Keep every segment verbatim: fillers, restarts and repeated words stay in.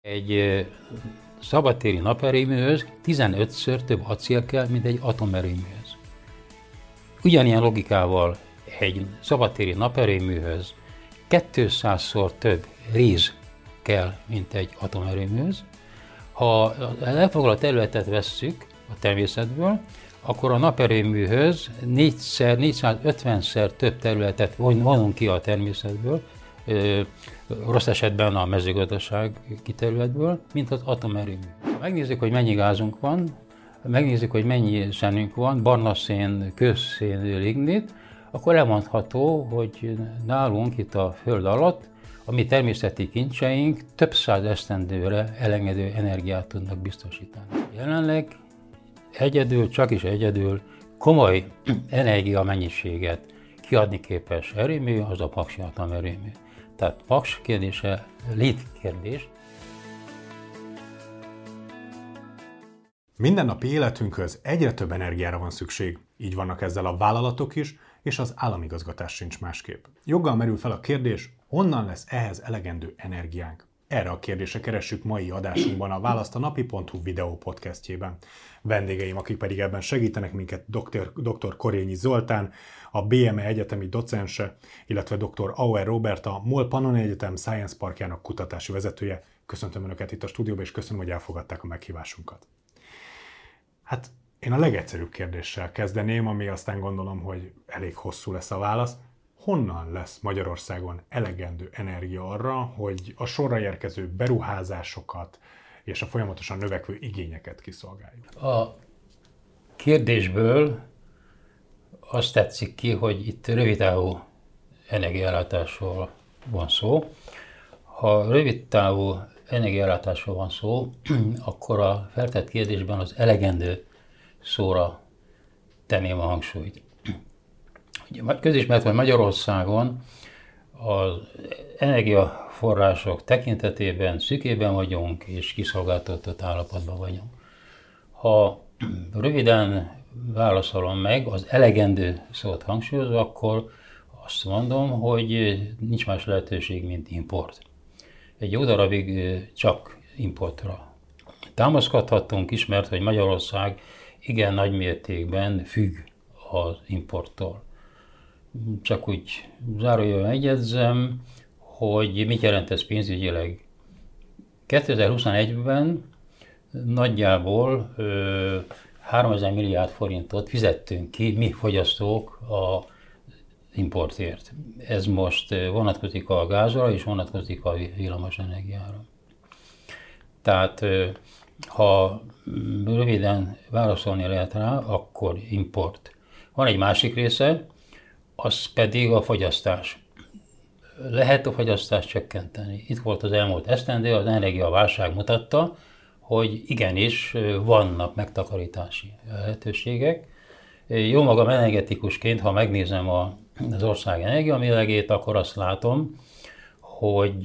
Egy szabadtéri naperőműhöz tizenötször több acél kell, mint egy atomerőműhöz. Ugyanilyen logikával egy szabadtéri naperőműhöz kétszázszor több réz kell, mint egy atomerőműhöz. Ha az elfoglalt területet vesszük a természetből, akkor a naperőműhöz négyszer, négyszázötvenszer több területet vonunk ki a természetből, rossz esetben a mezőgazdasági területből, mint az atomerőmű. Ha megnézzük, hogy mennyi gázunk van, megnézzük, hogy mennyi szenünk van, barna szén, kőszén, lignit, akkor elmondható, hogy nálunk itt a föld alatt a mi természeti kincseink több száz esztendőre elengedő energiát tudnak biztosítani. Jelenleg egyedül, csak is egyedül komoly energiamennyiséget kiadni képes erőmű az a paksi atomerőmű. Tehát Paks kérdése létkérdés. Mindennapi életünkhöz egyre több energiára van szükség, így vannak ezzel a vállalatok is, és az államigazgatás sincs másképp. Joggal merül fel a kérdés, honnan lesz ehhez elegendő energiánk? Erre a kérdésre keressük mai adásunkban a választ a napi pont hu videó podcastjében. Vendégeim, akik pedig ebben segítenek minket, dr. Korényi Zoltán, a bé em e egyetemi docense, illetve dr. Auer Robert, a MOL Pannoni Egyetem Science Parkjának kutatási vezetője. Köszöntöm Önöket itt a stúdióban, és köszönöm, hogy elfogadták a meghívásunkat. Hát én a legegyszerűbb kérdéssel kezdeném, ami aztán gondolom, hogy elég hosszú lesz a válasz. Honnan lesz Magyarországon elegendő energia arra, hogy a sorra érkező beruházásokat és a folyamatosan növekvő igényeket kiszolgáljuk? A kérdésből azt tetszik ki, hogy itt rövidtávú energiaellátásról van szó. Ha rövidtávú energiaellátásról van szó, akkor a feltett kérdésben az elegendő szóra tenném a hangsúlyt. Közismert, hogy Magyarországon az energiaforrások tekintetében szükében vagyunk és kiszolgáltatott állapotban vagyunk. Ha röviden válaszolom meg az elegendő szót hangsúlyozva, akkor azt mondom, hogy nincs más lehetőség, mint import. Egy jó darabig csak importra támaszkodhatunk, ismert, hogy Magyarország igen nagy mértékben függ az importtól. Csak úgy zárójelben megjegyzem, hogy mit jelent ez pénzügyileg. kétezer-huszonegyben nagyjából ö, háromezer milliárd forintot fizettünk ki mi fogyasztók az importért. Ez most vonatkozik a gázra és vonatkozik a villamos energiára. Tehát ha röviden válaszolni lehet rá, akkor import. Van egy másik része, az pedig a fogyasztás. Lehet a fogyasztást csökkenteni. Itt volt az elmúlt esztendő, az energiaválság mutatta, hogy igenis vannak megtakarítási lehetőségek. Jó magam energetikusként, ha megnézem az ország energiamérlegét, akkor azt látom, hogy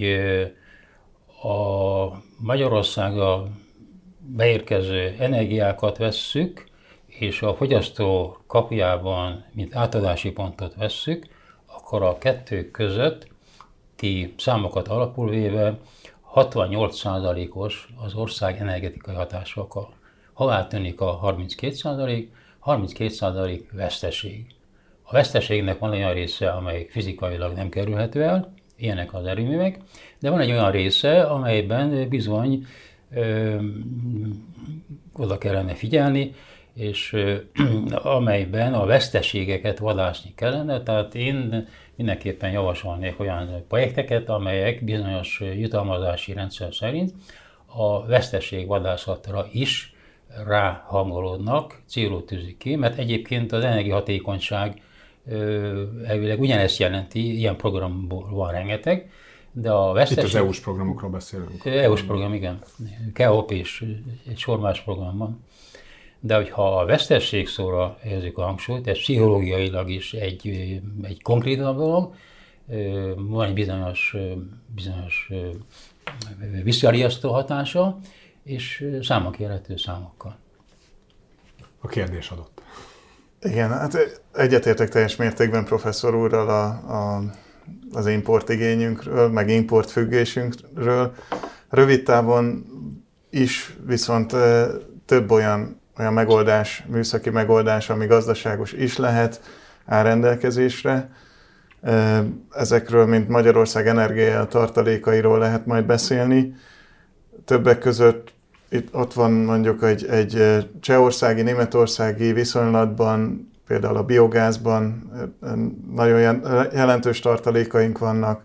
a Magyarországra beérkező energiákat vesszük, és a fogyasztó kapujában, mint átadási pontot vesszük, akkor a kettő közötti számokat alapul véve hatvannyolc százalékos az ország energetikai hatásfoka. Ha áttönik a harminckét százalék, harminckét százalék veszteség. A veszteségnek van olyan része, amely fizikailag nem kerülhető el, ilyenek az erőművek, de van egy olyan része, amelyben bizony ö, oda kellene figyelni, és ö, amelyben a veszteségeket vadászni kellene, tehát én mindenképpen javasolnék olyan projekteket, amelyek bizonyos jutalmazási rendszer szerint a veszteség vadászatra is ráhangolódnak, célul tűzik ki, mert egyébként az energiahatékonyság elvileg ugyanezt jelenti, ilyen programból van rengeteg, de a veszteség... Itt az é u-s programokról beszélünk. é u-s program, igen. KEOP és egy sor más program van. De hogyha a vesztesség szóra helyezzük a hangsúlyt, ez pszichológiailag is egy, egy konkrétabb dolog, van egy bizonyos, bizonyos visszariasztó hatása, és számon kérhető számokkal. A kérdés adott. Igen, hát egyetértek teljes mértékben professzor úrral a, a, az importigényünkről, meg importfüggésünkről. rövid távon is viszont több olyan, olyan megoldás, műszaki megoldás, ami gazdaságos is lehet, áll rendelkezésre. Ezekről, mint Magyarország energia tartalékairól lehet majd beszélni. Többek között itt, ott van mondjuk egy, egy csehországi, németországi viszonylatban, például a biogázban nagyon jelentős tartalékaink vannak,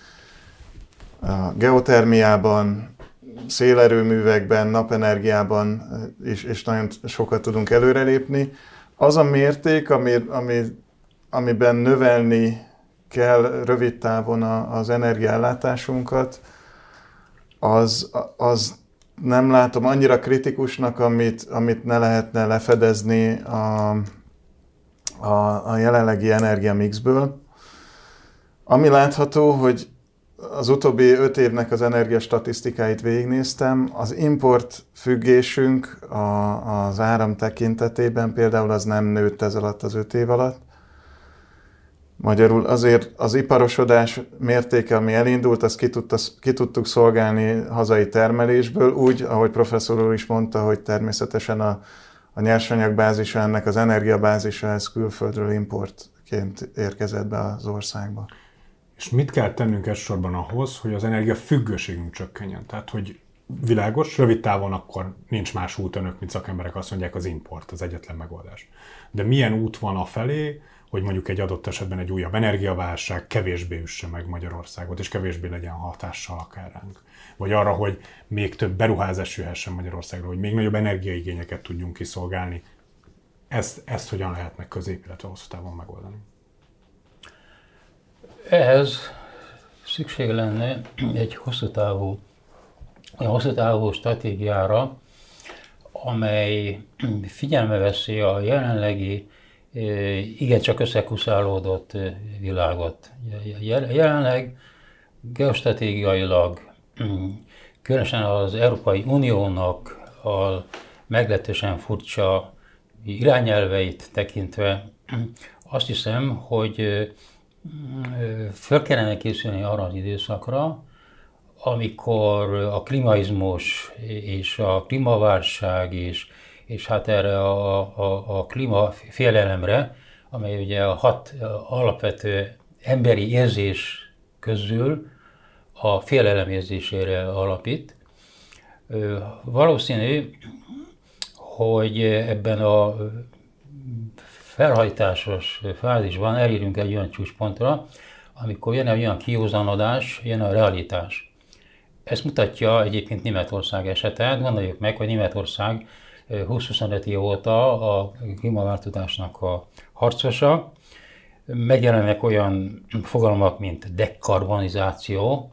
a geotermiában, szélerőművekben, napenergiában is, és nagyon sokat tudunk előrelépni. Az a mérték, ami, ami, amiben növelni kell rövid távon az energiaellátásunkat, az, az nem látom annyira kritikusnak, amit, amit ne lehetne lefedezni a, a, a jelenlegi energiamixből. Ami látható, hogy az utóbbi öt évnek az energiastatisztikáit végignéztem, az import függésünk a, az áram tekintetében például az nem nőtt ez alatt az öt év alatt. Magyarul azért az iparosodás mértéke, ami elindult, azt ki, tudta, ki tudtuk szolgálni hazai termelésből, úgy, ahogy professzor úr is mondta, hogy természetesen a, a nyersanyagbázisa, ennek az energiabázisa, ez külföldről importként érkezett be az országba. És mit kell tennünk elsősorban ahhoz, hogy az energia függőségünk csökkenjen? Tehát, hogy világos, rövid távon akkor nincs más út, önök, mint szakemberek azt mondják, az import az egyetlen megoldás. De milyen út van afelé, hogy mondjuk egy adott esetben egy újabb energiaválság kevésbé üsse meg Magyarországot, és kevésbé legyen hatással akár ránk? Vagy arra, hogy még több beruházás jöhessen Magyarországra, hogy még nagyobb energiaigényeket tudjunk kiszolgálni. Ezt, ezt hogyan lehetne közép, illetve hosszú távon megoldani? Ehhez szükség lenne egy hosszú távú, olyan hosszú távú stratégiára, amely figyelme veszi a jelenlegi, igencsak összekuszálódott világot. Jelenleg geostratégiailag, különösen az Európai Uniónak a meglehetősen furcsa irányelveit tekintve, azt hiszem, hogy föl kellene készülni arra az időszakra, amikor a klímaizmus és a klímaválság és, és hát erre a, a, a klímafélelemre, amely ugye a hat alapvető emberi érzés közül a félelem érzésére alapít. Valószínű, hogy ebben a felhajtásos fázisban elérünk egy olyan csúcspontra, amikor jön egy olyan kiózanodás, jön a realitás. Ezt mutatja egyébként Németország esete. Gondoljuk meg, hogy Németország húsz-huszonöt év óta a klímaváltozásnak a harcosa. Megjelennek olyan fogalmak, mint dekarbonizáció,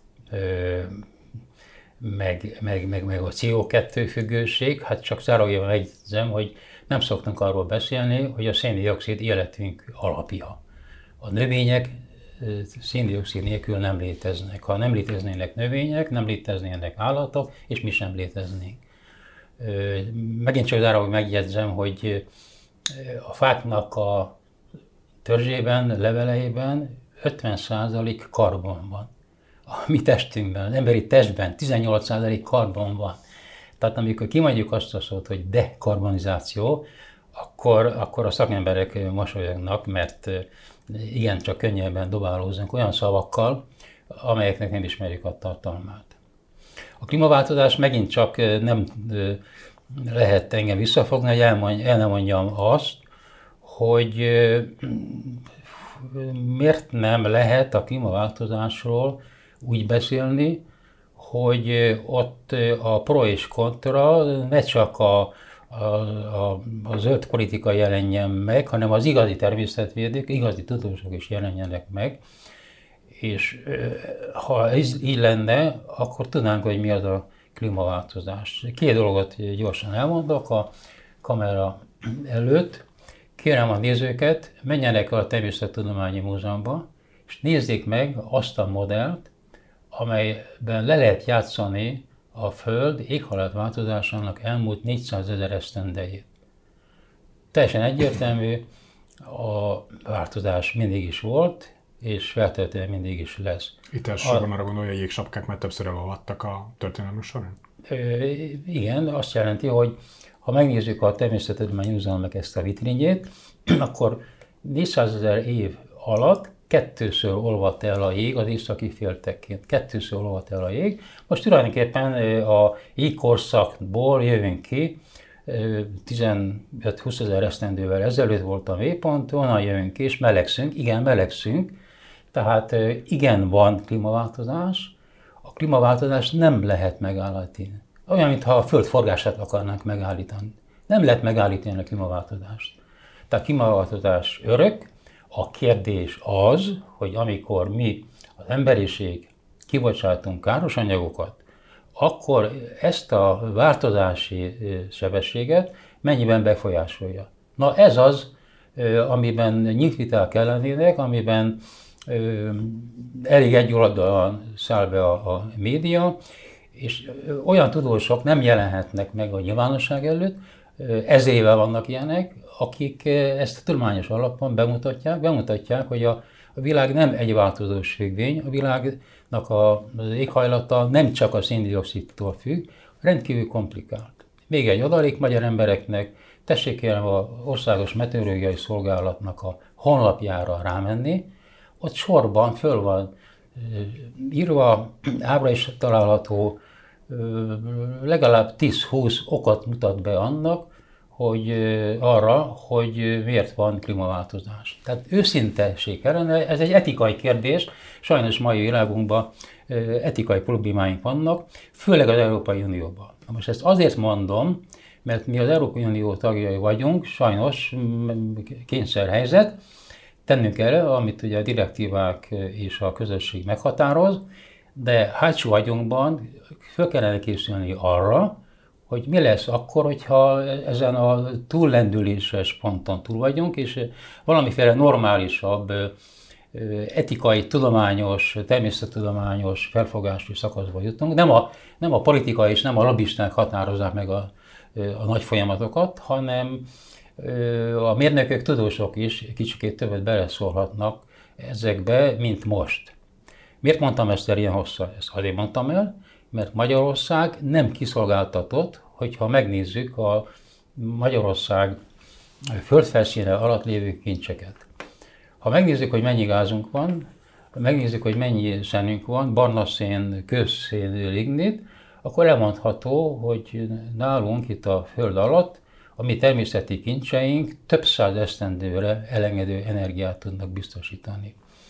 meg, meg, meg, meg a cé o kettő függőség. Hát csak zárójelben megjegyzem, hogy nem szoktunk arról beszélni, hogy a szén-dioxid életünk alapja. A növények szén-dioxid nélkül nem léteznek. Ha nem léteznének növények, nem léteznének állatok, és mi sem léteznénk. Megint csak zárójelben megjegyzem, hogy a fáknak a törzsében, leveleiben ötven százalék karbon van. A mi testünkben, az emberi testben tizennyolc százalék karbon van. Tehát amikor kimondjuk azt a szót, hogy dekarbonizáció, akkor, akkor a szakemberek mosolyognak, mert igen, csak könnyebben dobálózunk olyan szavakkal, amelyeknek nem ismerjük a tartalmát. A klímaváltozás megint csak nem lehet engem visszafogni, hogy el nem mondjam azt, hogy miért nem lehet a klímaváltozásról úgy beszélni, hogy ott a pro és kontra ne csak a, a, a, a zöld politika jelenjen meg, hanem az igazi természetvédők, igazi tudósok is jelenjenek meg. És ha ez így lenne, akkor tudnánk, hogy mi az a klímaváltozás. Két dolgot gyorsan elmondok a kamera előtt. Kérem a nézőket, menjenek el a Természettudományi Múzeumba, és nézzék meg azt a modellt, amelyben le lehet játszani a Föld éghajlatváltozásának elmúlt négyszázezer esztendejét. Teljesen egyértelmű, a változás mindig is volt, és feltétlenül mindig is lesz. Itt elsősorban arra gondolja, hogy jégsapkák már többször elolvadtak a történelmünk során? Ö, igen, azt jelenti, hogy ha megnézzük a Természettudományi Múzeumnak ezt a vitrínjét, akkor négyszázezer év alatt kettőször olvadt el a jég az északi féltekként. Kettőször olvadt el a jég. Most tulajdonképpen a jégkorszakból jövünk ki, tizenöt-húsz ezer esztendővel ezelőtt volt a mélypont, onnan jövünk ki, és melegszünk, igen, melegszünk, tehát igen, van klímaváltozás, a klímaváltozást nem lehet megállítani. Olyan, mintha a Föld forgását akarnánk megállítani. Nem lehet megállítani a klímaváltozást. Tehát a klímaváltozás örök, a kérdés az, hogy amikor mi, az emberiség kibocsátunk káros anyagokat, akkor ezt a változási sebességet mennyiben befolyásolja. Na ez az, amiben nyílt viták kellenének, amiben elég egyoldalúan száll be a, a média, és olyan tudósok nem jelenhetnek meg a nyilvánosság előtt, ez éve vannak ilyenek, akik ezt a tudományos alapon bemutatják, bemutatják, hogy a, a világ nem egy változós függvény, a világnak a, az éghajlata nem csak a szén-dioxidtól függ, rendkívül komplikált. Még egy adalék magyar embereknek, tessék kérem az Országos Meteorológiai Szolgálatnak a honlapjára rámenni, ott sorban föl van írva, ábra is található, legalább tíz-húsz okot mutat be annak, hogy arra, hogy miért van klímaváltozás. Tehát őszinteség kellene, ez egy etikai kérdés, sajnos mai világunkban etikai problémáink vannak, főleg az Európai Unióban. Most ezt azért mondom, mert mi az Európai Unió tagjai vagyunk, sajnos kényszerhelyzet, tennünk kell, amit ugye a direktívák és a közösség meghatároz, de hátsó agyunkban föl kellene készülni arra, hogy mi lesz akkor, hogyha ezen a túllendüléses ponton túl vagyunk, és valamiféle normálisabb, etikai, tudományos, természettudományos felfogású szakaszba jutunk. Nem a, nem a politika és nem a lobbisták határozzák meg a, a nagy folyamatokat, hanem a mérnökök, tudósok is kicsikét többet beleszólhatnak ezekbe, mint most. Miért mondtam ezt el ilyen hosszan? Ezt azért mondtam el, mert Magyarország nem kiszolgáltatott, hogyha megnézzük a Magyarország földfelszíne alatt lévő kincseket. Ha megnézzük, hogy mennyi gázunk van, megnézzük, hogy mennyi szenünk van, barna szén, kőszén, lignit, akkor elmondható, hogy nálunk itt a föld alatt a mi természeti kincseink több száz esztendőre elengedő energiát tudnak biztosítani.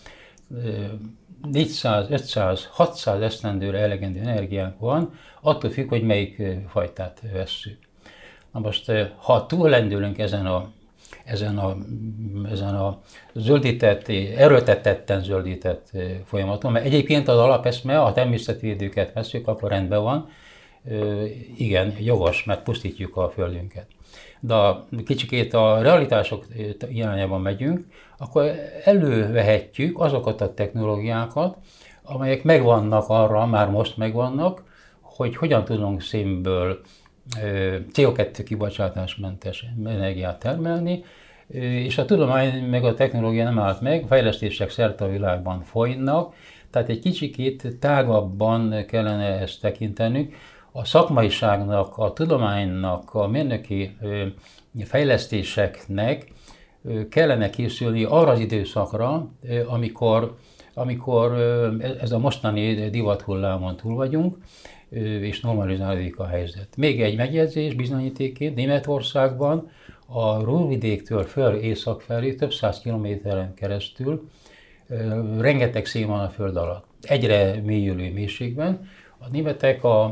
négyszáz, ötszáz, hatszáz esztendőre elegendő energiánk van, attól függ, hogy melyik fajtát vesszük. Na most, ha túllendülünk ezen a, ezen a, ezen a zöldített, erőltetetten zöldített folyamaton, mert egyébként az alapeszme, ha természetvédőket vesszük, akkor rendben van, igen, jogos, mert pusztítjuk a földünket. De kicsikét a realitások irányában megyünk, akkor elővehetjük azokat a technológiákat, amelyek megvannak arra, már most megvannak, hogy hogyan tudunk szénből cé o kettő kibocsátásmentes energiát termelni, és a tudomány meg a technológia nem állt meg, fejlesztések szerte a világban folynak, tehát egy kicsikét tágabban kellene ezt tekintenünk. A szakmaiságnak, a tudománynak, a mérnöki fejlesztéseknek kellene készülni arra az időszakra, amikor, amikor ez a mostani divathullámon túl vagyunk, és normalizálódik a helyzet. Még egy megjegyzés bizonyítékként, Németországban a Ruhrvidéktől föl észak felé több száz kilométeren keresztül rengeteg szén van a föld alatt. Egyre mélyülő mélységben. A németek a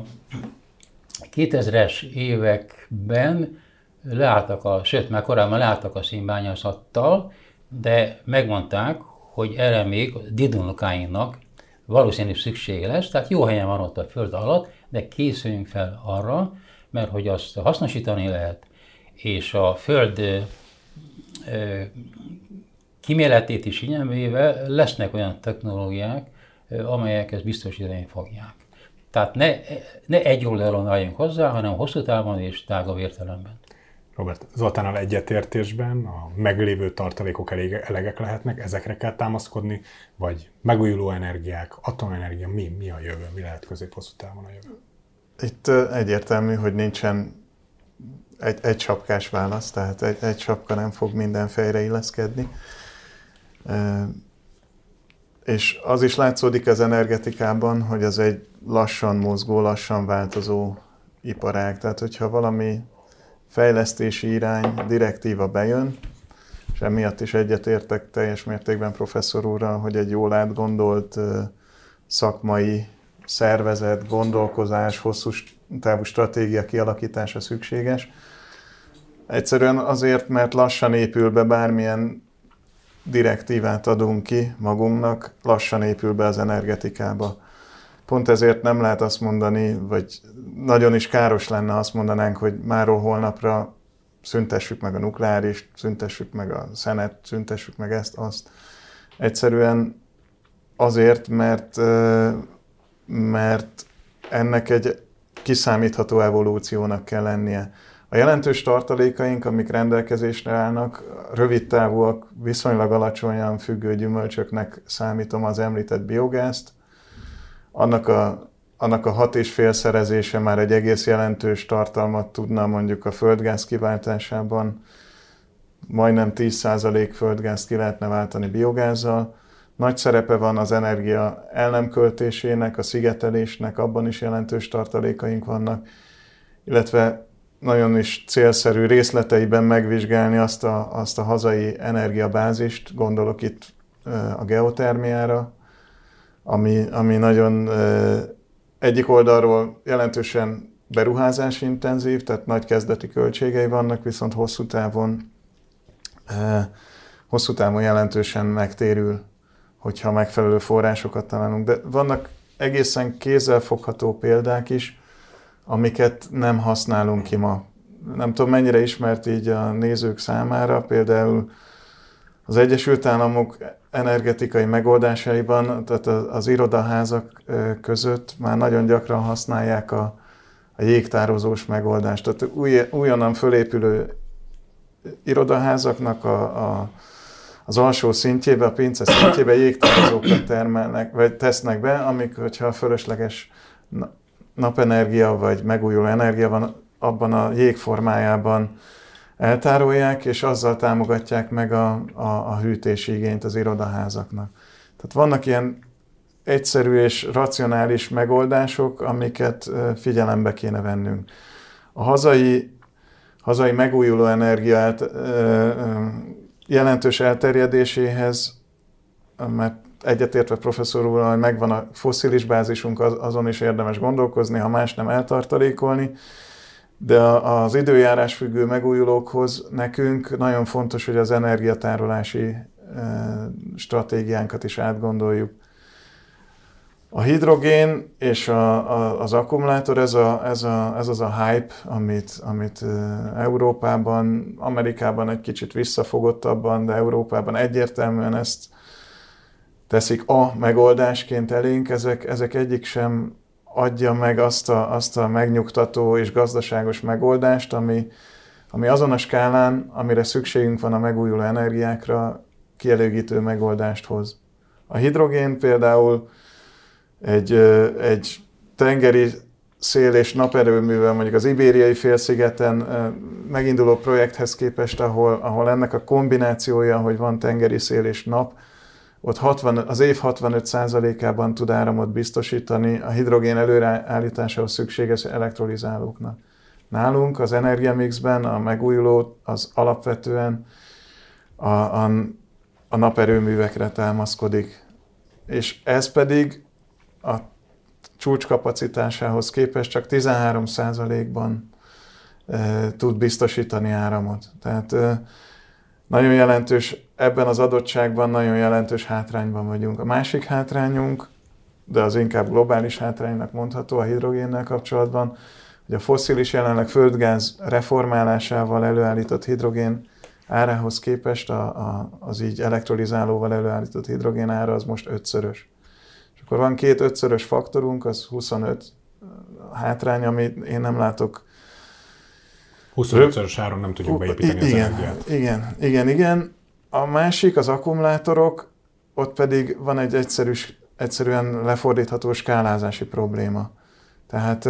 kétezres években leálltak a, sőt már korábban leálltak a szénbányászattal, de megmondták, hogy erre még didunokáinknak valószínűleg szüksége lesz, tehát jó helyen van ott a föld alatt, de készüljünk fel arra, mert hogy azt hasznosítani lehet, és a föld ö, ö, kiméletét is igénybe lesznek olyan technológiák, ö, amelyek ezt biztosítani fogják. Tehát ne, ne egy oldalon álljunk hozzá, hanem hosszú távon és tágabb értelemben. Robert, Zoltánnal egyetértésben a meglévő tartalékok elég, elegek lehetnek, ezekre kell támaszkodni, vagy megújuló energiák, atomenergia, mi, mi a jövő, mi lehet közép-hosszú távon a jövő? Itt egyértelmű, hogy nincsen egy, egy sapkás válasz, tehát egy, egy sapka nem fog minden fejre illeszkedni. És az is látszódik az energetikában, hogy ez egy lassan mozgó, lassan változó iparág. Tehát, hogyha valami fejlesztési irány, direktíva bejön, és emiatt is egyetértek teljes mértékben professzor úrral, hogy egy jól átgondolt szakmai szervezet, gondolkozás, hosszú távú stratégia kialakítása szükséges. Egyszerűen azért, mert lassan épül be bármilyen direktívát adunk ki magunknak, lassan épül be az energetikába. Pont ezért nem lehet azt mondani, vagy nagyon is káros lenne azt mondanánk, hogy máról holnapra szüntessük meg a nukleárist, szüntessük meg a szenet, szüntessük meg ezt, azt. Egyszerűen azért, mert, mert ennek egy kiszámítható evolúciónak kell lennie. A jelentős tartalékaink, amik rendelkezésre állnak, rövid távúak, viszonylag alacsonyan függő gyümölcsöknek számítom az említett biogázt. Annak a, annak a hat és fél szerezése már egy egész jelentős tartalmat tudna mondjuk a földgáz kiváltásában. Majdnem tíz százalék földgázt ki lehetne váltani biogázzal. Nagy szerepe van az energia el nem költésének, a szigetelésnek, abban is jelentős tartalékaink vannak, illetve nagyon is célszerű részleteiben megvizsgálni azt a, azt a hazai energiabázist, gondolok itt a geotermiára, ami, ami nagyon egyik oldalról jelentősen beruházásintenzív, tehát nagy kezdeti költségei vannak, viszont hosszú távon, hosszú távon jelentősen megtérül, hogyha megfelelő forrásokat találunk. De vannak egészen kézzelfogható példák is, amiket nem használunk ki ma. Nem tudom, mennyire ismert így a nézők számára, például az Egyesült Államok energetikai megoldásaiban, tehát az irodaházak között már nagyon gyakran használják a, a jégtározós megoldást. Tehát új, újonnan fölépülő irodaházaknak a, a, az alsó szintjébe, a pince szintjébe jégtározókat termelnek, vagy tesznek be, amik, hogyha fölösleges napenergia vagy megújuló energia van, abban a jég formájában eltárolják, és azzal támogatják meg a, a, a hűtési igényt az irodaházaknak. Tehát vannak ilyen egyszerű és racionális megoldások, amiket figyelembe kéne vennünk. A hazai, hazai megújuló energia jelentős elterjedéséhez, mert egyetértve professzor úrral, hogy megvan a fosszilis bázisunk, azon is érdemes gondolkozni, ha más nem eltartalékolni, de az időjárás függő megújulókhoz nekünk nagyon fontos, hogy az energiatárolási stratégiánkat is átgondoljuk. A hidrogén és a, a, az akkumulátor, ez, a, ez, a, ez az a hype, amit, amit Európában, Amerikában egy kicsit visszafogottabban, de Európában egyértelműen ezt teszik a megoldásként elénk, ezek, ezek egyik sem adja meg azt a, azt a megnyugtató és gazdaságos megoldást, ami, ami azon a skálán, amire szükségünk van a megújuló energiákra, kielégítő megoldást hoz. A hidrogén például egy, egy tengeri szél- és naperőművel, mondjuk az Ibériai félszigeten meginduló projekthez képest, ahol, ahol ennek a kombinációja, hogy van tengeri szél és nap, ott hatvan, az év hatvanöt százalékában tud áramot biztosítani a hidrogén előállításához szükséges elektrolizálóknak. Nálunk az energiamixben a megújuló az alapvetően a, a, a naperőművekre támaszkodik. És ez pedig a csúcskapacitásához képest csak tizenhárom százalékban e, tud biztosítani áramot. Tehát e, nagyon jelentős, ebben az adottságban nagyon jelentős hátrányban vagyunk. A másik hátrányunk, de az inkább globális hátránynak mondható a hidrogénnel kapcsolatban, hogy a fosszilis jelenleg földgáz reformálásával előállított hidrogén árához képest a, a, az így elektrolizálóval előállított hidrogén ára az most ötszörös. És akkor van két ötszörös faktorunk, az huszonöt hátrány, amit én nem látok huszonötszörös áron nem tudjuk beépíteni az igen, energiát. Igen, igen, igen. A másik, az akkumulátorok, ott pedig van egy egyszerű, egyszerűen lefordítható skálázási probléma. Tehát,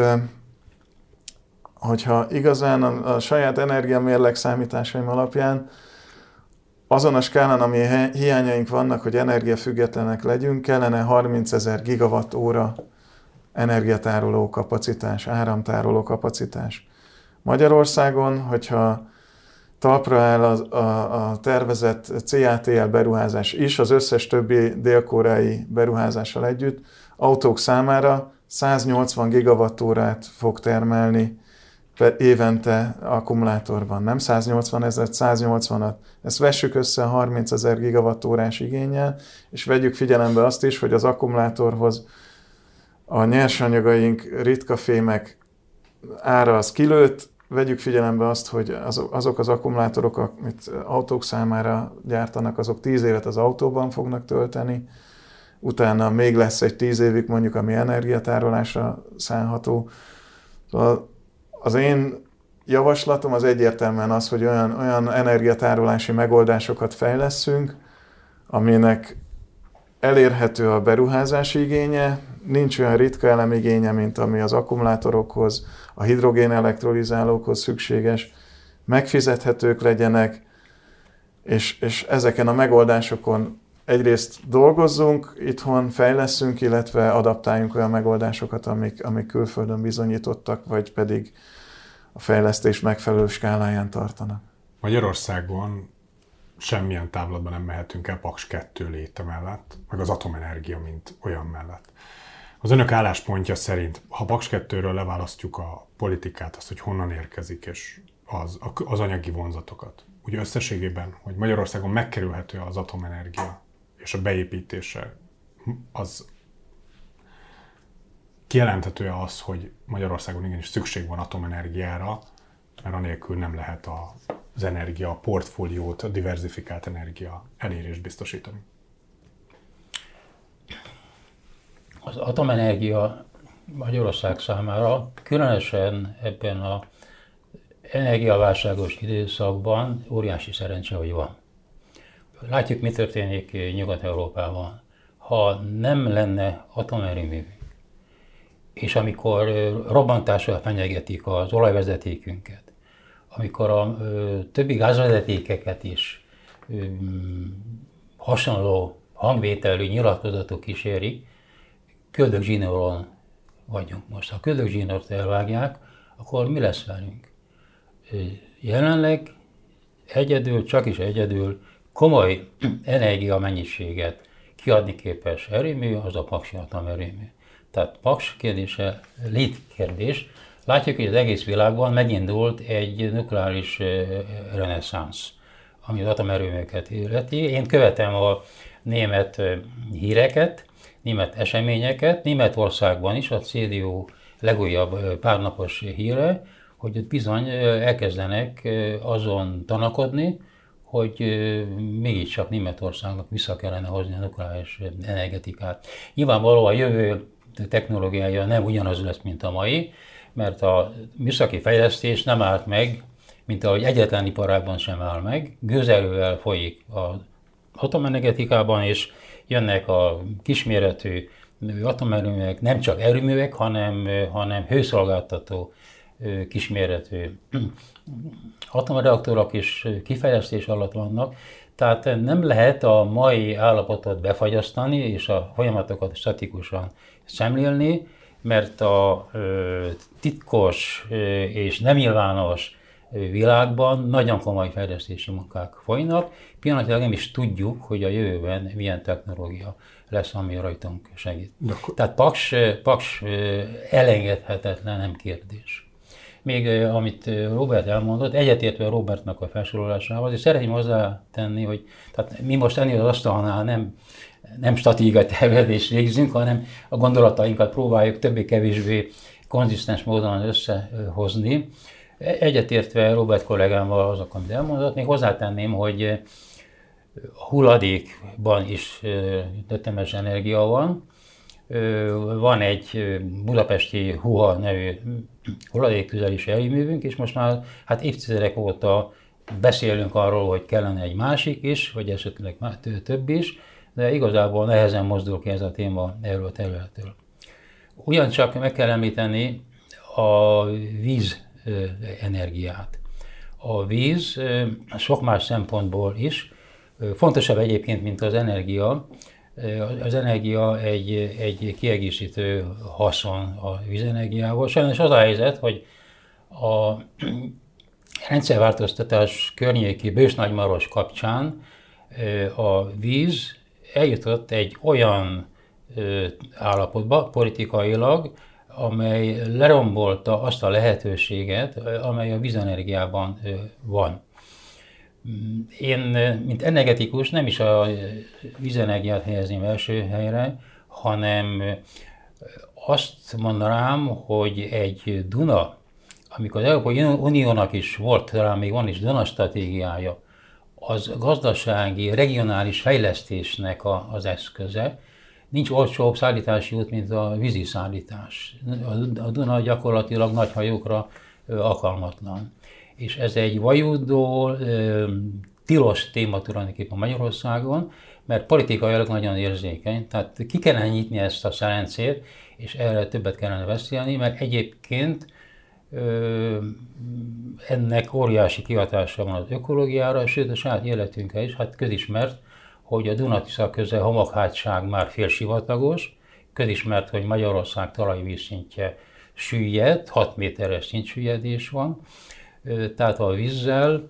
hogyha igazán a, a saját energiamérleg számításaim alapján azon a skálán, ami hiányaink vannak, hogy energiafüggetlenek legyünk, kellene harmincezer gigawatt óra energiatároló kapacitás, áramtároló kapacitás. Magyarországon, hogyha talpra áll a, a, a tervezett cé á té el beruházás is, az összes többi dél-koreai beruházással együtt, autók számára száznyolcvan gigawattórát fog termelni évente akkumulátorban. Nem száznyolcvan ezer, száznyolcvanat. Ezt vessük össze a harmincezer gigawattórás igénnyel, és vegyük figyelembe azt is, hogy az akkumulátorhoz a nyersanyagaink, ritka fémek ára az kilőtt, vegyük figyelembe azt, hogy azok az akkumulátorok, amit autók számára gyártanak, azok tíz évet az autóban fognak tölteni, utána még lesz egy tíz évig mondjuk, ami energiatárolásra szánható. Az én javaslatom az egyértelműen az, hogy olyan, olyan energiatárolási megoldásokat fejlesszünk, aminek elérhető a beruházási igénye, nincs olyan ritka elemigénye, mint ami az akkumulátorokhoz, a hidrogén elektrolizálókhoz szükséges, megfizethetők legyenek, és, és ezeken a megoldásokon egyrészt dolgozzunk, itthon fejlesszünk, illetve adaptáljunk olyan megoldásokat, amik, amik külföldön bizonyítottak, vagy pedig a fejlesztés megfelelő skáláján tartanak. Magyarországon semmilyen távlatban nem mehetünk el Paks kettő léte mellett, meg az atomenergia, mint olyan mellett. Az önök álláspontja szerint, ha Paks kettőről leválasztjuk a politikát, azt, hogy honnan érkezik, és az, az anyagi vonzatokat, ugye összességében, hogy Magyarországon megkerülhető az atomenergia és a beépítése, az kijelenthető az, hogy Magyarországon igenis szükség van atomenergiára, mert anélkül nem lehet az energia, a portfóliót, a diverzifikált energia elérést biztosítani. Az atomenergia Magyarország számára, különösen ebben az energiaválságos időszakban óriási szerencse, hogy van. Látjuk, mi történik Nyugat-Európában. Ha nem lenne atomerőmű, és amikor robbantással fenyegetik az olajvezetékünket, amikor a ö, többi gázvezetékeket is ö, hasonló hangvételű nyilatkozatok kísérik, köldögzsinóron vagyunk most. Ha köldögzsinort elvágják, akkor mi lesz velünk? Jelenleg egyedül, csak is egyedül komoly energiamennyiséget kiadni képes erőmű, az a paksi atomerőmű. Tehát Paks kérdése létkérdés. Látjuk, hogy az egész világban megindult egy nukleáris reneszánsz, ami az atomerőműket illeti. Én követem a német híreket, német eseményeket, Németországban is a cé dé u legújabb párnapos híre, hogy bizony elkezdenek azon tanakodni, hogy mégiscsak Németországnak vissza kellene hozni a nukleáris energetikát. Nyilvánvalóan a jövő technológiája nem ugyanaz lesz, mint a mai, mert a műszaki fejlesztés nem állt meg, mint ahogy egyetlen iparágban sem áll meg. Gőzerővel folyik az atomenergetikában, és jönnek a kisméretű atomerőművek, nem csak erőművek, hanem, hanem hőszolgáltató kisméretű atomreaktorok is kifejlesztés alatt vannak. Tehát nem lehet a mai állapotot befagyasztani és a folyamatokat statikusan szemlélni, mert a ö, titkos ö, és nem nyilvános világban nagyon komoly fejlesztési munkák folynak. Pillanatilag nem is tudjuk, hogy a jövőben milyen technológia lesz, ami rajtunk segít. Tehát Paks, Paks elengedhetetlen, nem kérdés. Még amit Robert elmondott, egyetértve Robertnak a felsorolásával, és szeretném hozzátenni, hogy tehát mi most ennél az asztalnál nem, nem stratégiai tervezést végzünk, hanem a gondolatainkat próbáljuk többé-kevésbé konzisztens módon összehozni. Egyetértve Robert kollégámmal azok, amit elmondott, még hozzátenném, hogy hulladékban is tetemes energia van. Van egy budapesti Huha nevű hulladéktüzelési erőművünk, és most már hát évtizedek óta beszélünk arról, hogy kellene egy másik is, vagy esetleg több is, de igazából nehezen mozdul ki ez a téma erről a területről. Ugyancsak meg kell említeni a víz energiát. A víz sok más szempontból is fontosabb egyébként, mint az energia. Az energia egy, egy kiegészítő haszon a vízenergiával. Sajnos az a helyzet, hogy a rendszerváltoztatás környéki Bős-Nagymaros kapcsán a víz eljutott egy olyan állapotba politikailag, amely lerombolta azt a lehetőséget, amely a vízenergiában van. Én, mint energetikus, nem is a vízenergiát helyezném első helyre, hanem azt mondanám, hogy egy Duna, amikor az Európai Uniónak is volt, talán még van is Duna stratégiája, az gazdasági, regionális fejlesztésnek a, az eszköze. Nincs olcsóbb szállítási út, mint a vízi szállítás. A Duna gyakorlatilag nagy hajókra alkalmatlan. És ez egy vajúdó, tilos téma tulajdonképpen Magyarországon, mert politikailag nagyon érzékeny. Tehát ki kellene nyitni ezt a szerencét, és erre többet kellene beszélni, mert egyébként ennek óriási kihatása van az ökológiára, sőt a saját életünkre is. Hát közismert, hogy a Duna-Tisza közel homokhátság már félsivatagos, közismert, hogy Magyarország talajvízszintje süllyed, hat méteres szintsüllyedés van, tehát a vízzel,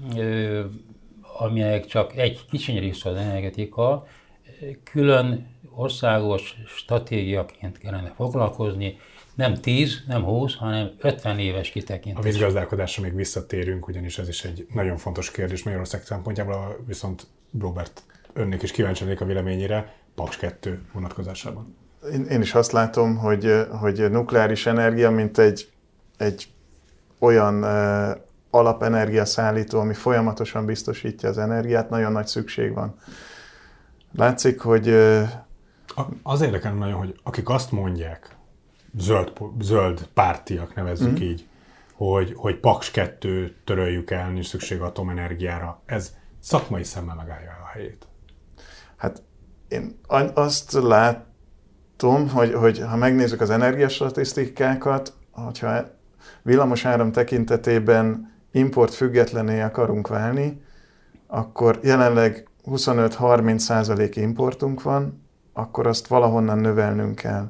aminek csak egy kicsi része az energetika, külön országos stratégiaként kellene foglalkozni, nem tíz, nem húsz, hanem ötven éves kitekintés. A vízgazdálkodásra még visszatérünk, ugyanis ez is egy nagyon fontos kérdés Magyarország szempontjából, viszont Róbert, önnek is kíváncsi lennék a véleményére Paks kettő vonatkozásában. Én, én is azt látom, hogy, hogy nukleáris energia, mint egy, egy olyan uh, alapenergia szállító, ami folyamatosan biztosítja az energiát, nagyon nagy szükség van. Látszik, hogy... Uh, az érdekel nagyon, hogy akik azt mondják, zöld, zöld pártiak nevezzük mm. így, hogy, hogy Paks kettő töröljük el, nincs szükség atomenergiára, ez szakmai szemmel megállja a helyét. Hát én azt látom, hogy, hogy ha megnézzük az energiastatisztikákat, hogyha villamos áram tekintetében import függetlenné akarunk válni, akkor jelenleg huszonöt-harminc százalék importunk van, akkor azt valahonnan növelnünk kell.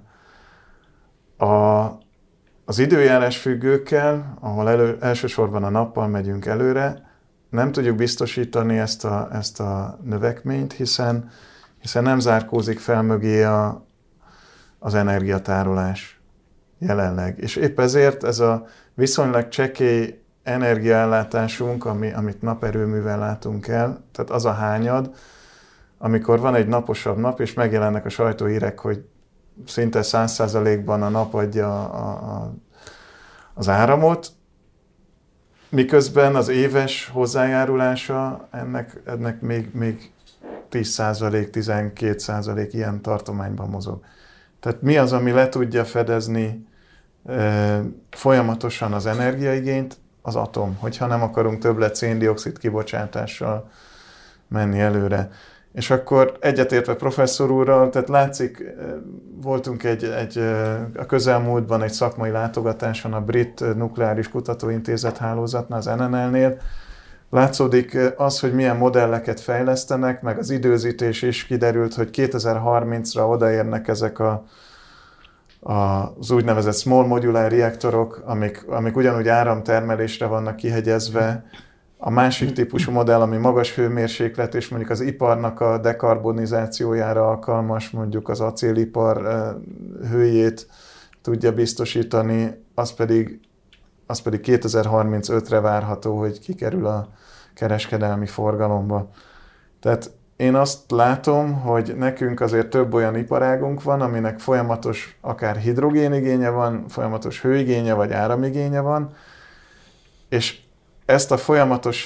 A, az időjárás függőkkel, ahol elő, elsősorban a nappal megyünk előre, nem tudjuk biztosítani ezt a, ezt a növekményt, hiszen, hiszen nem zárkózik fel mögé a, az energiatárolás jelenleg. És épp ezért ez a viszonylag csekély energiaellátásunk, ami, amit naperőművel látunk el, tehát az a hányad, amikor van egy naposabb nap, és megjelennek a sajtóhírek, hogy szinte száz százalékban a nap adja a, a, az áramot, miközben az éves hozzájárulása ennek, ennek még, még tíz százalék, tizenkét százalék ilyen tartományban mozog. Tehát mi az, ami le tudja fedezni e, folyamatosan az energiaigényt? Az atom, hogyha nem akarunk többlet széndioxid kibocsátással menni előre. És akkor egyetértve professzor úrral, tehát látszik, voltunk egy, egy, a közelmúltban egy szakmai látogatáson a Brit Nukleáris Kutatóintézet hálózatnál, az en en el-nél. Látszódik az, hogy milyen modelleket fejlesztenek, meg az időzítés is kiderült, hogy kétezer-harmincra odaérnek ezek a, a, az úgynevezett small modular reaktorok, amik, amik ugyanúgy áramtermelésre vannak kihegyezve. A másik típusú modell, ami magas hőmérséklet, és mondjuk az iparnak a dekarbonizációjára alkalmas, mondjuk az acélipar hőjét tudja biztosítani, az pedig, az pedig kétezer-harmincötre várható, hogy kikerül a kereskedelmi forgalomba. Tehát én azt látom, hogy nekünk azért több olyan iparágunk van, aminek folyamatos akár hidrogénigénye van, folyamatos hőigénye vagy áramigénye van, és ezt a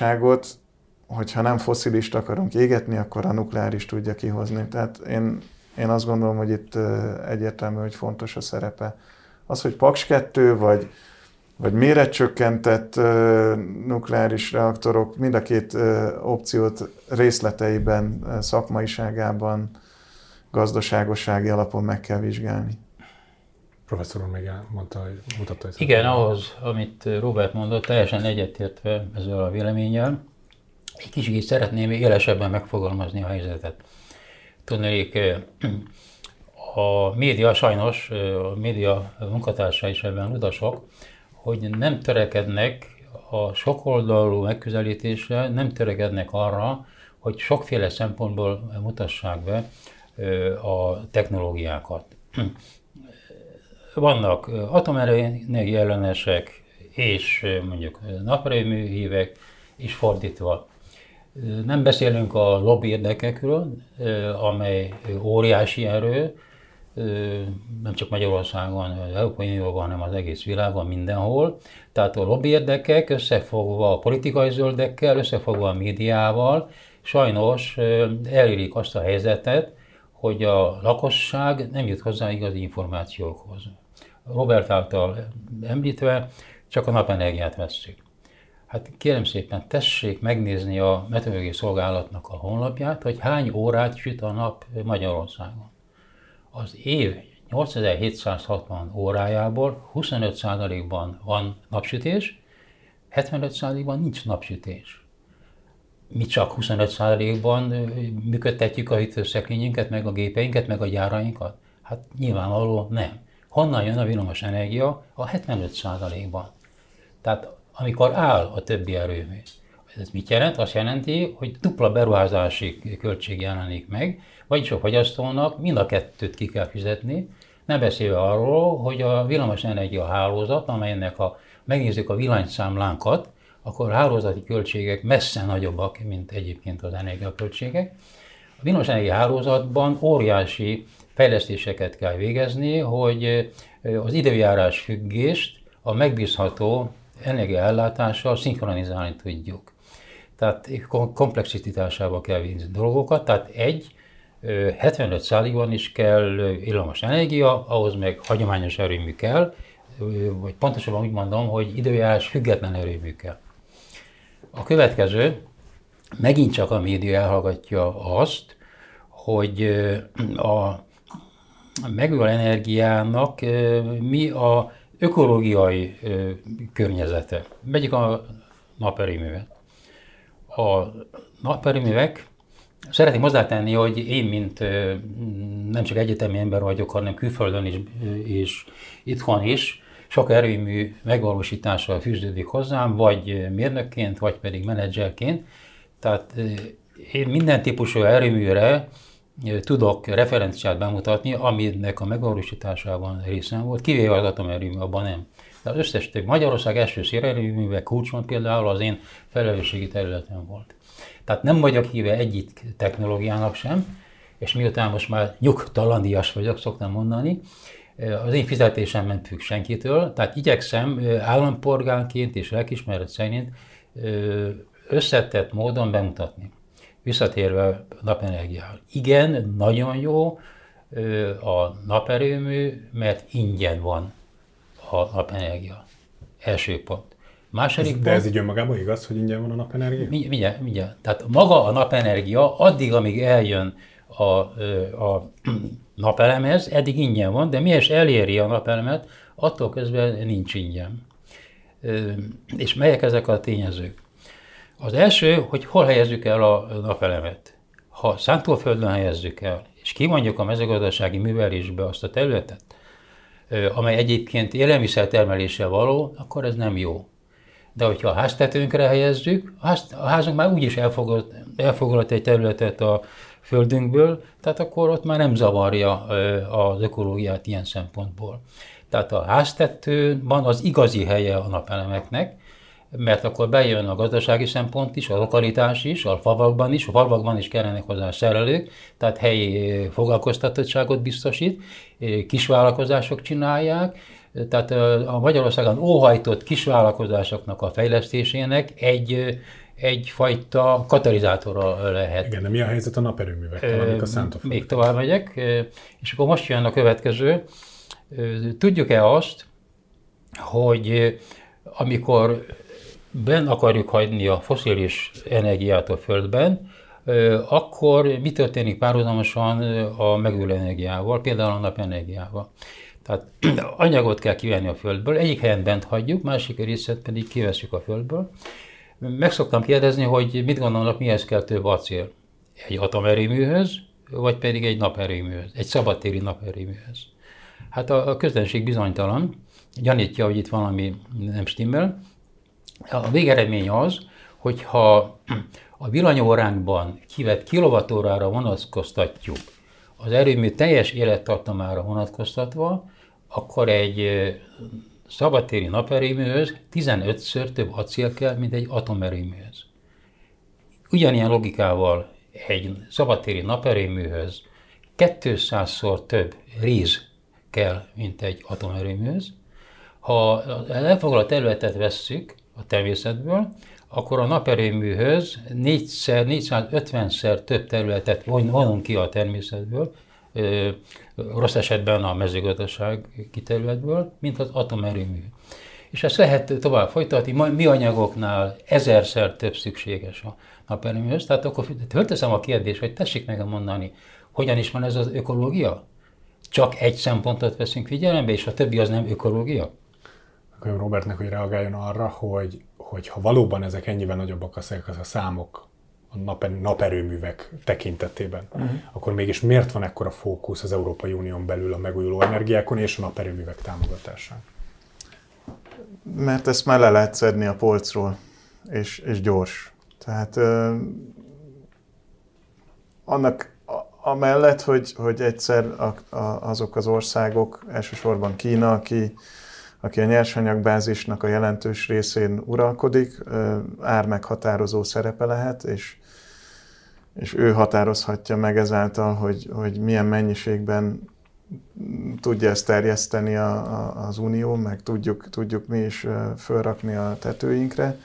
folyamatosságot, hogyha nem fosszilist akarunk égetni, akkor a nukleáris tudja kihozni. Tehát én Én azt gondolom, hogy itt egyértelmű, hogy fontos a szerepe. Az, hogy Paks kettő, vagy, vagy méretcsökkentett nukleáris reaktorok, mind a két opciót részleteiben, szakmaiságában, gazdaságossági alapon meg kell vizsgálni. Professzor úr még mondta, hogy mutatta, hogy... Igen, ahhoz, amit Robert mondott, teljesen egyetértve ezzel a véleménnyel. Egy kicsit szeretném élesebben megfogalmazni a helyzetet. Tudnék, a média sajnos, a média munkatársai is ebben utasok, hogy nem törekednek a sokoldalú megközelítésre, nem törekednek arra, hogy sokféle szempontból mutassák be a technológiákat. Vannak atomenergia ellenesek és mondjuk naperőmű hívek, és fordítva. Nem beszélünk a lobby érdekekről, amely óriási erő, nem csak Magyarországon, az Európai Unióban, hanem az egész világon, mindenhol. Tehát a lobby érdekek összefogva a politikai zöldekkel, összefogva a médiával, sajnos elérik azt a helyzetet, hogy a lakosság nem jut hozzá igazi információkhoz. Robert által említve, csak a napenergiát vesszük. Hát kérem szépen, tessék megnézni a meteorológiai szolgálatnak a honlapját, hogy hány órát süt a nap Magyarországon. Az év nyolcezer-hétszázhatvan órájából huszonöt százalékban van napsütés, hetvenöt százalékban nincs napsütés. Mi csak huszonöt százalékban működtetjük a hűtőszekrényünket, meg a gépeinket, meg a gyárainkat? Hát nyilvánvaló nem. Honnan jön a villamos energia? A hetvenöt százalékban. Tehát amikor áll a többi erőmű. Ez mit jelent? Azt jelenti, hogy dupla beruházási költség jelenik meg, vagyis a fogyasztónak mind a kettőt ki kell fizetni, ne beszélve arról, hogy a villamos energia hálózat, amelynek ha megnézzük a villanyszámlánkat, akkor a hálózati költségek messze nagyobbak, mint egyébként az energiaköltségek. A villamos energia hálózatban óriási fejlesztéseket kell végezni, hogy az időjárás függést a megbízható energiaellátással szinkronizálni tudjuk. Tehát komplexitásába kell vinni dolgokat, tehát egy, hetvenöt százalékban is kell villamos energia, ahhoz meg hagyományos erőmű kell, vagy pontosabban úgy mondom, hogy időjárás független erőmű kell. A következő, megint csak a média elhallgatja azt, hogy a megújuló energiának mi a ökológiai környezete. Vegyük a naperőművet. A naperőművek, szeretném hozzátenni, hogy én, mint nem csak egyetemi ember vagyok, hanem külföldön is, és itthon is, sok erőmű megvalósítása fűződik hozzám, vagy mérnökként, vagy pedig menedzserként. Tehát én minden típusú erőműre tudok referenciát bemutatni, aminek a megvalósításában részem volt, kivéve az atomerőmű, abban nem. De az összes több Magyarország első szélerőművek Kulcson például az én felelősségi területem volt. Tehát nem vagyok híve egyik technológiának sem, és miután most már nyugtalandíjas vagyok, szoktam mondani, az én fizetésem nem függ senkitől, tehát igyekszem állampolgárként és lelkiismeret szerint összetett módon bemutatni. Visszatérve a napenergiához. Igen, nagyon jó a naperőmű, mert ingyen van a napenergia. Első pont. Második ez, de ez így önmagában igaz, hogy ingyen van a napenergia? Mindjárt, mindjárt. Tehát maga a napenergia addig, amíg eljön a, a napelemhez, eddig ingyen van, de mihez eléri a napelemet, attól közben nincs ingyen. És melyek ezek a tényezők? Az első, hogy hol helyezzük el a napelemet. Ha szántóföldön helyezzük el, és kimondjuk a mezőgazdasági művelésbe azt a területet, amely egyébként élelmiszer termeléssel való, akkor ez nem jó. De hogyha a háztetőnkre helyezzük, a, ház, a házunk már úgyis elfoglalt, elfoglalt egy területet a földünkből, tehát akkor ott már nem zavarja az ökológiát ilyen szempontból. Tehát a háztető van az igazi helye a napelemeknek, mert akkor bejön a gazdasági szempont is, a lokalitás is, a falvakban is, a falvakban is kellenek hozzá szerelők, tehát helyi foglalkoztatottságot biztosít, kisvállalkozások csinálják, tehát a Magyarországon óhajtott kisvállalkozásoknak a fejlesztésének egy egyfajta katalizátora lehet. Igen, de mi a helyzet a naperőművekkel, amik a szántóföldön? Még tovább megyek, és akkor most jön a következő. Tudjuk-e azt, hogy amikor benn akarjuk hagyni a fosszilis energiát a Földben, akkor mi történik párhuzamosan a megújuló energiával, például a napenergiával. Tehát anyagot kell kivenni a Földből, egyik helyen bent hagyjuk, másik részét pedig kiveszünk a Földből. Meg szoktam kérdezni, hogy mit gondolnak, mihez kell több acél? Egy atomerőműhöz, vagy pedig egy naperőműhöz, egy szabadtéri naperőműhöz. Hát a, a közönség bizonytalan, gyanítja, hogy itt valami nem stimmel. A végeredmény az, hogyha a villanyóránkban kivett kilovattórára vonatkoztatjuk az erőmű teljes élettartamára vonatkoztatva, akkor egy szabadtéri naperőműhöz tizenötször több acél kell, mint egy atomerőműhöz. Ugyanilyen logikával egy szabadtéri naperőműhöz kétszázszor több réz kell, mint egy atomerőműhöz. Ha az elfoglalt területet vesszük a természetből, akkor a naperőműhöz négyszer, négyszázötvenszer több területet vonunk ki a természetből, rossz esetben a mezőgazdasági területből, mint az atomerőmű. És ezt lehet tovább folytatni, mi anyagoknál ezerszer több szükséges a naperőműhöz. Tehát akkor fölteszem a kérdést, hogy tessék meg mondani, hogyan is van ez az ökológia? Csak egy szempontot veszünk figyelembe, és a többi az nem ökológia? Akkor Robertnek, hogy reagáljon arra, hogy, hogy ha valóban ezek ennyivel nagyobbak ezek az a számok a naper, naperőművek tekintetében, uh-huh. akkor mégis miért van ekkora fókusz az Európai Unión belül a megújuló energiákon és a naperőművek támogatásán? Mert ezt már le lehet szedni a polcról, és, és gyors. Tehát ö, annak a, amellett, hogy, hogy egyszer a, a, azok az országok, elsősorban Kína, aki aki a nyersanyagbázisnak a jelentős részén uralkodik, ármeghatározó szerepe lehet, és, és ő határozhatja meg ezáltal, hogy, hogy milyen mennyiségben tudja ezt terjeszteni a, a, az Unió, meg tudjuk, tudjuk mi is fölrakni a tetőinkre.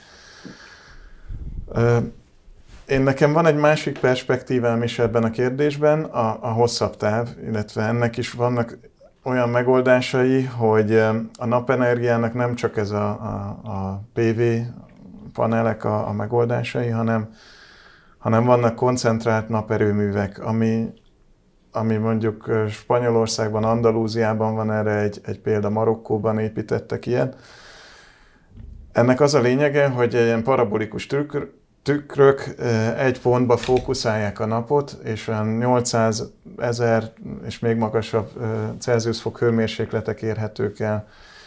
Én nekem van egy másik perspektívám is ebben a kérdésben, a, a hosszabb táv, illetve ennek is vannak olyan megoldásai, hogy a napenergiának nem csak ez a, a, a pé vé panelek a, a megoldásai, hanem, hanem vannak koncentrált naperőművek, ami, ami mondjuk Spanyolországban, Andalúziában van erre egy, egy példa, Marokkóban építettek ilyet. Ennek az a lényege, hogy egy ilyen parabolikus tükr, tükrök egy pontba fókuszálják a napot, és olyan nyolcszázezer és még magasabb Celsius fok hőmérsékletek érhetők el.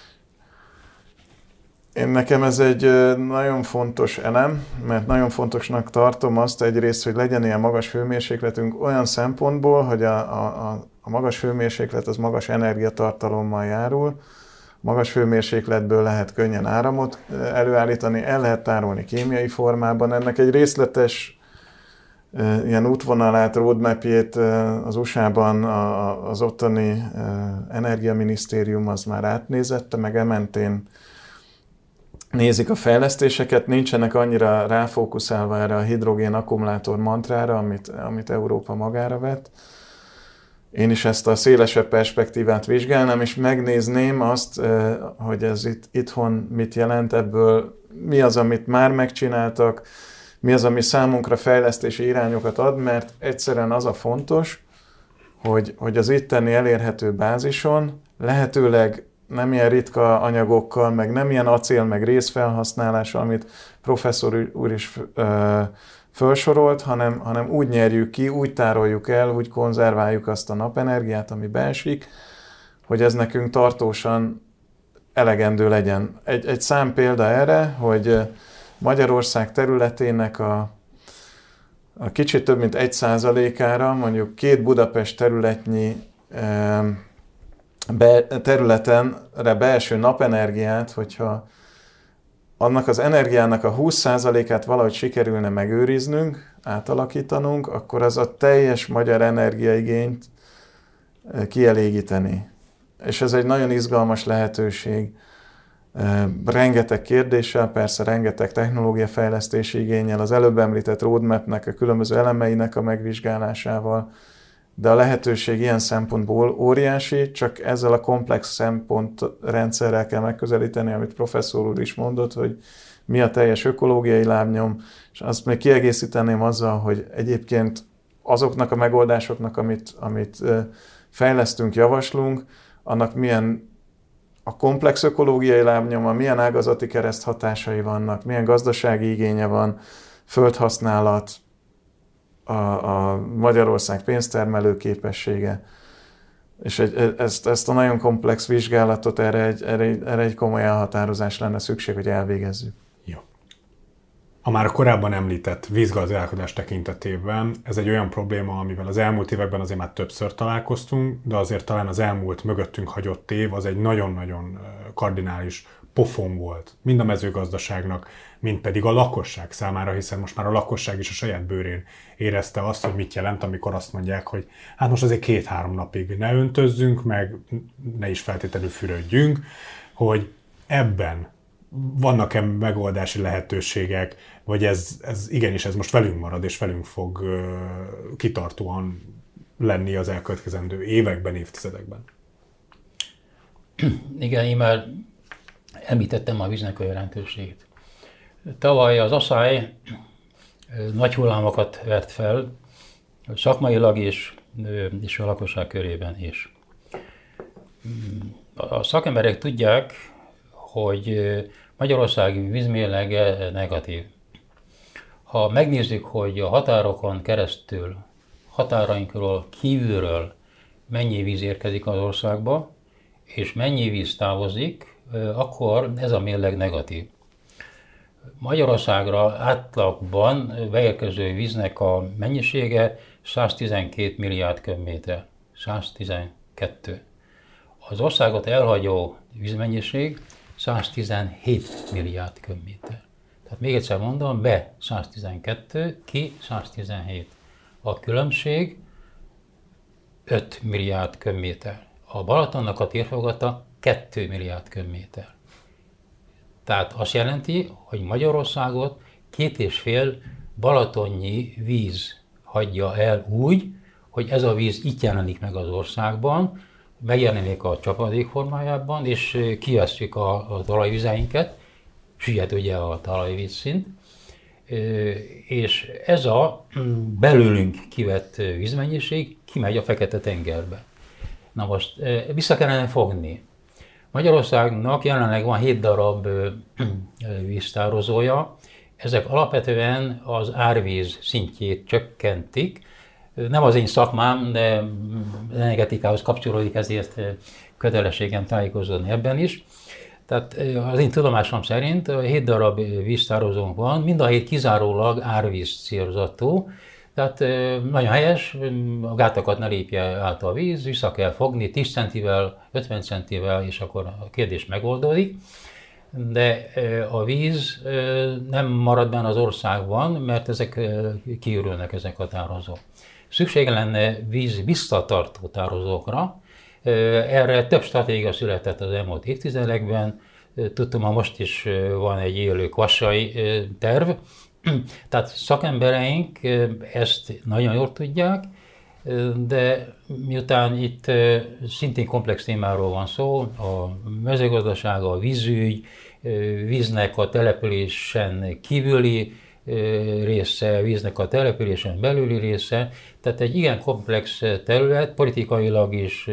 Én nekem ez egy nagyon fontos elem, mert nagyon fontosnak tartom azt egyrészt, hogy legyen ilyen magas hőmérsékletünk olyan szempontból, hogy a, a, a magas hőmérséklet az magas energiatartalommal járul, magas hőmérsékletből lehet könnyen áramot előállítani, el lehet tárolni kémiai formában. Ennek egy részletes ilyen útvonalát, roadmapjét az u es á-ban az ottani energiaminisztérium az már átnézette, meg ementén nézik a fejlesztéseket, nincsenek annyira ráfókuszálva erre a hidrogén akkumulátor mantrára, amit, amit Európa magára vett. Én is ezt a szélesebb perspektívát vizsgálnám, és megnézném azt, hogy ez itt, itthon mit jelent ebből, mi az, amit már megcsináltak, mi az, ami számunkra fejlesztési irányokat ad, mert egyszerűen az a fontos, hogy, hogy az itteni elérhető bázison lehetőleg nem ilyen ritka anyagokkal, meg nem ilyen acél, meg részfelhasználással, amit professzor úr is ö, felsorolt, hanem, hanem úgy nyerjük ki, úgy tároljuk el, úgy konzerváljuk azt a napenergiát, ami beesik, hogy ez nekünk tartósan elegendő legyen. Egy, egy szám példa erre, hogy Magyarország területének a, a kicsit több mint egy százalékára, mondjuk két Budapest területnyi be, területenre beeső napenergiát, hogyha annak az energiának a húsz százalékát valahogy sikerülne megőriznünk, átalakítanunk, akkor az a teljes magyar energiaigényt kielégíteni. És ez egy nagyon izgalmas lehetőség. Rengeteg kérdéssel, persze rengeteg technológiafejlesztési igénnyel, az előbb említett roadmapnek a különböző elemeinek a megvizsgálásával, de a lehetőség ilyen szempontból óriási, csak ezzel a komplex szempontrendszerrel kell megközelíteni, amit professzor úr is mondott, hogy mi a teljes ökológiai lábnyom, és azt még kiegészíteném azzal, hogy egyébként azoknak a megoldásoknak, amit, amit fejlesztünk, javaslunk, annak milyen a komplex ökológiai lábnyoma, milyen ágazati kereszthatásai vannak, milyen gazdasági igénye van, földhasználat, a, a Magyarország pénztermelő képessége. És egy, ezt, ezt a nagyon komplex vizsgálatot, erre egy, erre, egy, erre egy komoly elhatározás lenne szükség, hogy elvégezzük. Jó. A már korábban említett vízgazdálkodás tekintetében ez egy olyan probléma, amivel az elmúlt években azért már többször találkoztunk, de azért talán az elmúlt mögöttünk hagyott év az egy nagyon-nagyon kardinális pofon volt, mind a mezőgazdaságnak, mind pedig a lakosság számára, hiszen most már a lakosság is a saját bőrén érezte azt, hogy mit jelent, amikor azt mondják, hogy hát most azért két-három napig ne öntözzünk, meg ne is feltétlenül fürödjünk, hogy ebben vannak-e megoldási lehetőségek, vagy ez, ez igenis ez most velünk marad, és velünk fog uh, kitartóan lenni az elkövetkezendő években, évtizedekben? Igen, én már említettem a víznek a jelentőségét. Tavaly az asszály nagy hullámokat vert fel, szakmailag is, és a lakosság körében is. A szakemberek tudják, hogy Magyarország vízmérlege negatív. Ha megnézzük, hogy a határokon keresztül, határainkról kívülről mennyi víz érkezik az országba, és mennyi víz távozik, akkor ez a mérleg negatív. Magyarországra átlagban beérkező víznek a mennyisége száztizenkét milliárd köbméter. száztizenkettő. Az országot elhagyó vízmennyiség száztizenhét milliárd köbméter. Tehát még egyszer mondom, be száztizenkettő, ki száztizenhét. A különbség öt milliárd köbméter. A Balatonnak a térfogata két milliárd köbméter. Tehát azt jelenti, hogy Magyarországot két és fél balatonnyi víz hagyja el úgy, hogy ez a víz itt jelenik meg az országban, megjelenik a csapadék formájában, és kivesztjük a, a talajvizeinket, süllyed ugye a talajvízszint, és ez a belőlünk kivett vízmennyiség kimegy a Fekete-tengerbe. Na most vissza kellene fogni. Magyarországnak jelenleg van hét darab víztározója, ezek alapvetően az árvíz szintjét csökkentik. Nem az én szakmám, de energetikához kapcsolódik, ezért kötelességem tájékozódni ebben is. Tehát az én tudomásom szerint hét darab víztározónk van, mind a hét kizárólag árvíz célzatú. Tehát nagyon helyes, a gátakat ne lépje át a víz, vissza kell fogni tíz centivel, ötven centivel, és akkor a kérdés megoldódik. De a víz nem marad benne az országban, mert ezek kiürülnek, ezek a tározók. Szükség lenne víz visszatartó tározókra. Erre több stratégia született az elmúlt évtizedekben. Tudtam, hogy most is van egy élő kvassai terv. Tehát szakembereink ezt nagyon jól tudják, de miután itt szintén komplex témáról van szó, a mezőgazdaság, a vízügy, víznek a településen kívüli része, víznek a településen belüli része, tehát egy igen komplex terület, politikailag is,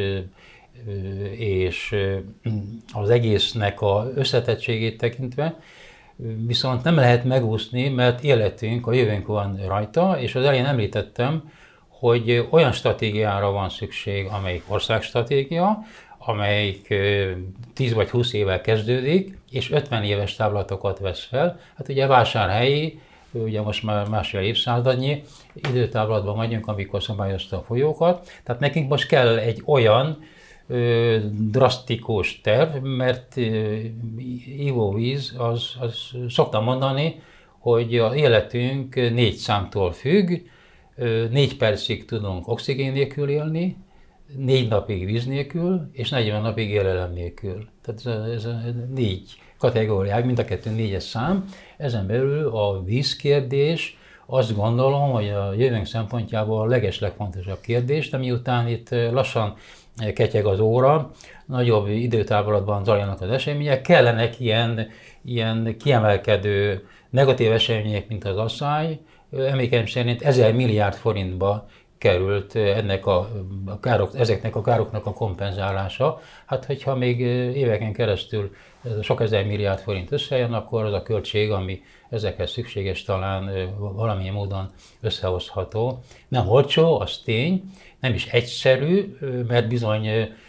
és az egésznek az összetettségét tekintve, viszont nem lehet megúszni, mert életünk, a jövőnk van rajta, és az elején említettem, hogy olyan stratégiára van szükség, amelyik országstratégia, amelyik tíz vagy húsz évvel kezdődik, és ötven éves távlatokat vesz fel. Hát ugye Vásárhelyi, ugye most már másfél évszázadnyi időtávlatban vagyunk, amikor szabályozta a folyókat. Tehát nekünk most kell egy olyan ö, drasztikus terv, mert ö, ivóvíz, az, az szoktam mondani, hogy az életünk négy számtól függ, ö, négy percig tudunk oxigén nélkül élni, négy napig víz nélkül, és negyven napig élelem nélkül. Tehát ez a, ez a négy kategóriák, mind a kettő négyes szám. Ezen belül a vízkérdés, azt gondolom, hogy a jövőnk szempontjából a legeslegfontosabb kérdés, de miután itt lassan ketyeg az óra, nagyobb időtávolatban zajlanak az események, kellenek ilyen, ilyen kiemelkedő negatív események, mint az asszály. Emlékeim szerint ezer milliárd forintba került ennek a, a károk, ezeknek a károknak a kompenzálása. Hát, hogyha még éveken keresztül sok ezer milliárd forint összejön, akkor az a költség, ami ezekhez szükséges, talán valamilyen módon összehozható. Nem olcsó, az tény, nem is egyszerű, mert bizony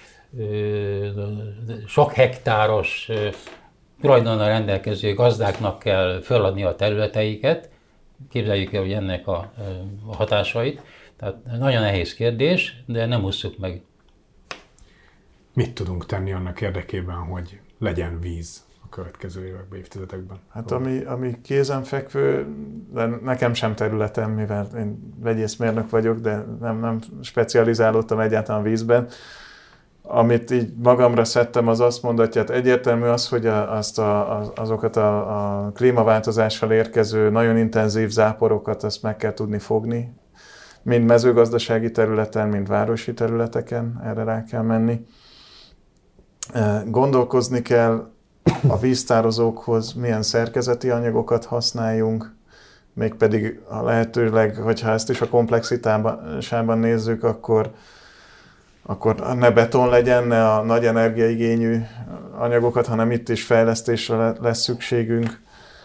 sok hektáros tulajdonnal rendelkező gazdáknak kell feladni a területeiket. Képzeljük el, hogy ennek a, a hatásait. Tehát nagyon nehéz kérdés, de nem ússzuk meg. Mit tudunk tenni annak érdekében, hogy legyen víz a következő években, évtizedekben? Hát ami, ami kézenfekvő, de nekem sem területem, mivel én vegyészmérnök vagyok, de nem, nem specializálódtam egyáltalán vízben. Amit így magamra szedtem, az azt mondatja, hát egyértelmű az, hogy a, azt a, azokat a, a klímaváltozással érkező nagyon intenzív záporokat azt meg kell tudni fogni, mind mezőgazdasági területen, mind városi területeken, erre rá kell menni. Gondolkozni kell a víztározókhoz, milyen szerkezeti anyagokat használjunk, mégpedig a lehetőleg, hogyha ezt is a komplexitásában nézzük, akkor, akkor ne beton legyen, ne a nagy energiaigényű anyagokat, hanem itt is fejlesztésre lesz szükségünk.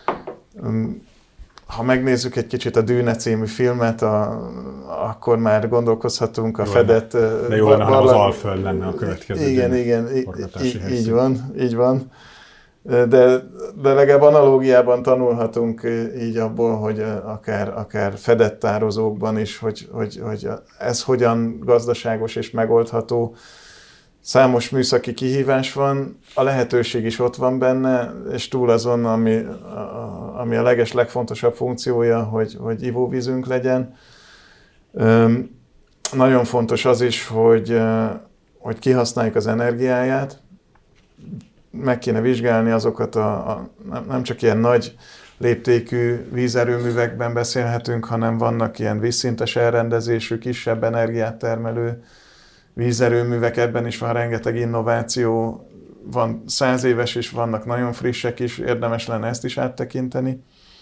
Ha megnézzük egy kicsit a Dűne című filmet, a, akkor már gondolkozhatunk a jó fedett... De jó lenne, ha az Alföld lenne a következő. Igen, igen, így, így van, így van. De, de legalább analógiában tanulhatunk így abból, hogy akár, akár fedett tározókban is, hogy, hogy, hogy ez hogyan gazdaságos és megoldható. Számos műszaki kihívás van, a lehetőség is ott van benne, és túl azon, ami a, ami a leges legfontosabb funkciója, hogy, hogy ivóvízünk legyen. Üm, nagyon fontos az is, hogy, hogy kihasználjuk az energiáját, meg kéne vizsgálni azokat, a, a, nem csak ilyen nagy léptékű vízerőművekben beszélhetünk, hanem vannak ilyen vízszintes elrendezésű, kisebb energiát termelő vízerőművek, ebben is van rengeteg innováció, van száz éves is, vannak nagyon frissek is, érdemes lenne ezt is áttekinteni.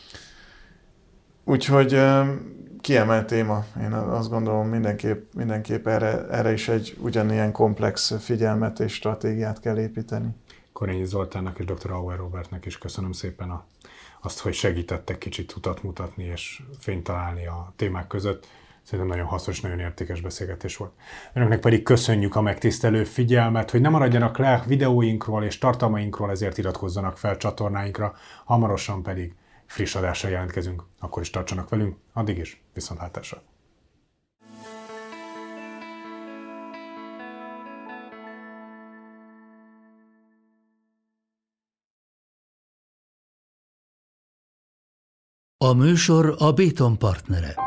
Úgyhogy kiemelt téma, én azt gondolom mindenképp, mindenképp erre, erre is egy ugyanilyen komplex figyelmet és stratégiát kell építeni. Korényi Zoltánnak és dr. Auer Robertnek is köszönöm szépen a, azt, hogy segítettek kicsit utat mutatni és fényt találni a témák között. Szerintem nagyon hasznos, nagyon értékes beszélgetés volt. Önöknek pedig köszönjük a megtisztelő figyelmet, hogy ne maradjanak le videóinkról és tartalmainkról, ezért iratkozzanak fel csatornáinkra, hamarosan pedig friss adással jelentkezünk. Akkor is tartsanak velünk, addig is viszontlátásra! A műsor a Béton partnere.